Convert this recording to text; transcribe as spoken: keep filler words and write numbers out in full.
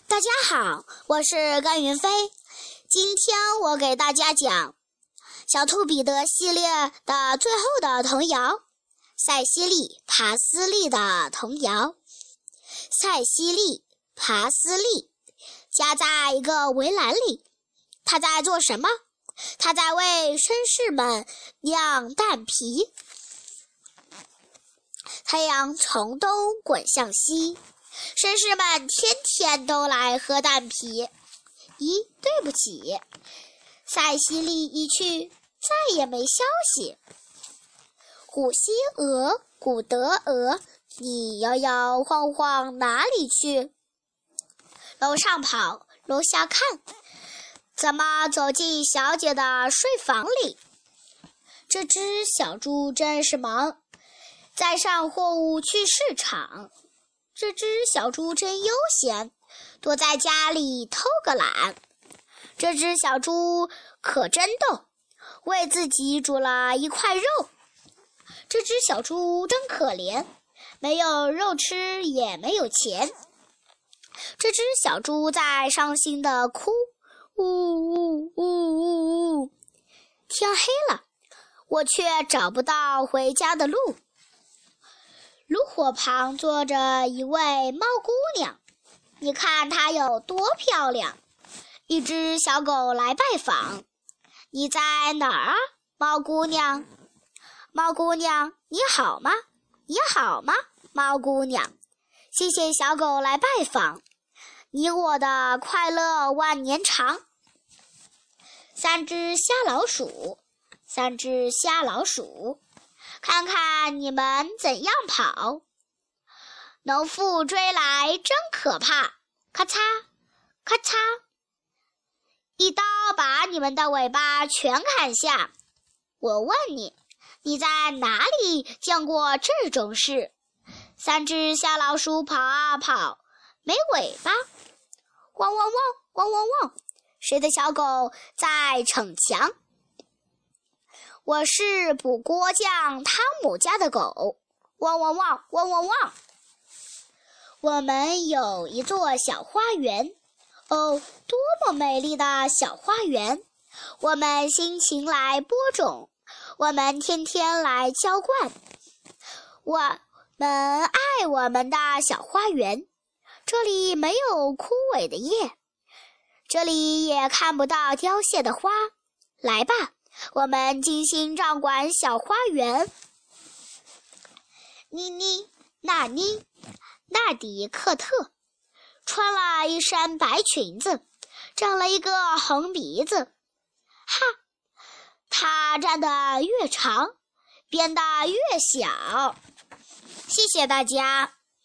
大家好，我是甘云飞。今天我给大家讲小兔彼得系列的最后的童谣，塞西莉·帕斯利的童谣。塞西莉·帕斯利家在一个围栏里，他在做什么？他在为绅士们酿蛋皮。太阳从东滚向西，绅士们天天都来喝蛋皮。咦，对不起，塞西莉一去，再也没消息。古希鹅，古德鹅，你摇摇晃晃哪里去？楼上跑，楼下看，怎么走进小姐的睡房里？这只小猪真是忙，载上货物去市场。这只小猪真悠闲，躲在家里偷个懒。这只小猪可真逗，为自己煮了一块肉。这只小猪真可怜，没有肉吃也没有钱。这只小猪在伤心地哭，呜呜呜呜呜。天黑了，我却找不到回家的路。炉火旁坐着一位猫姑娘，你看她有多漂亮。一只小狗来拜访，你在哪儿啊，猫姑娘？猫姑娘，你好吗？你好吗，猫姑娘？谢谢小狗来拜访，你我的快乐万年长。三只瞎老鼠，三只瞎老鼠，看看你们怎样跑。农妇追来真可怕，咔嚓咔嚓，一刀把你们的尾巴全砍下。我问你，你在哪里见过这种事？三只瞎老鼠跑啊跑，没尾巴。汪汪汪汪汪汪，谁的小狗在逞强？我是补锅匠汤姆家的狗，汪汪汪汪汪汪。我们有一座小花园，哦，多么美丽的小花园！我们辛勤来播种，我们天天来浇灌。我们爱我们的小花园，这里没有枯萎的叶，这里也看不到凋谢的花。来吧，我们精心照管小花园。妮妮、纳妮、纳迪克特穿了一身白裙子，长了一个红鼻子。哈，它站得越长，变得越小。谢谢大家。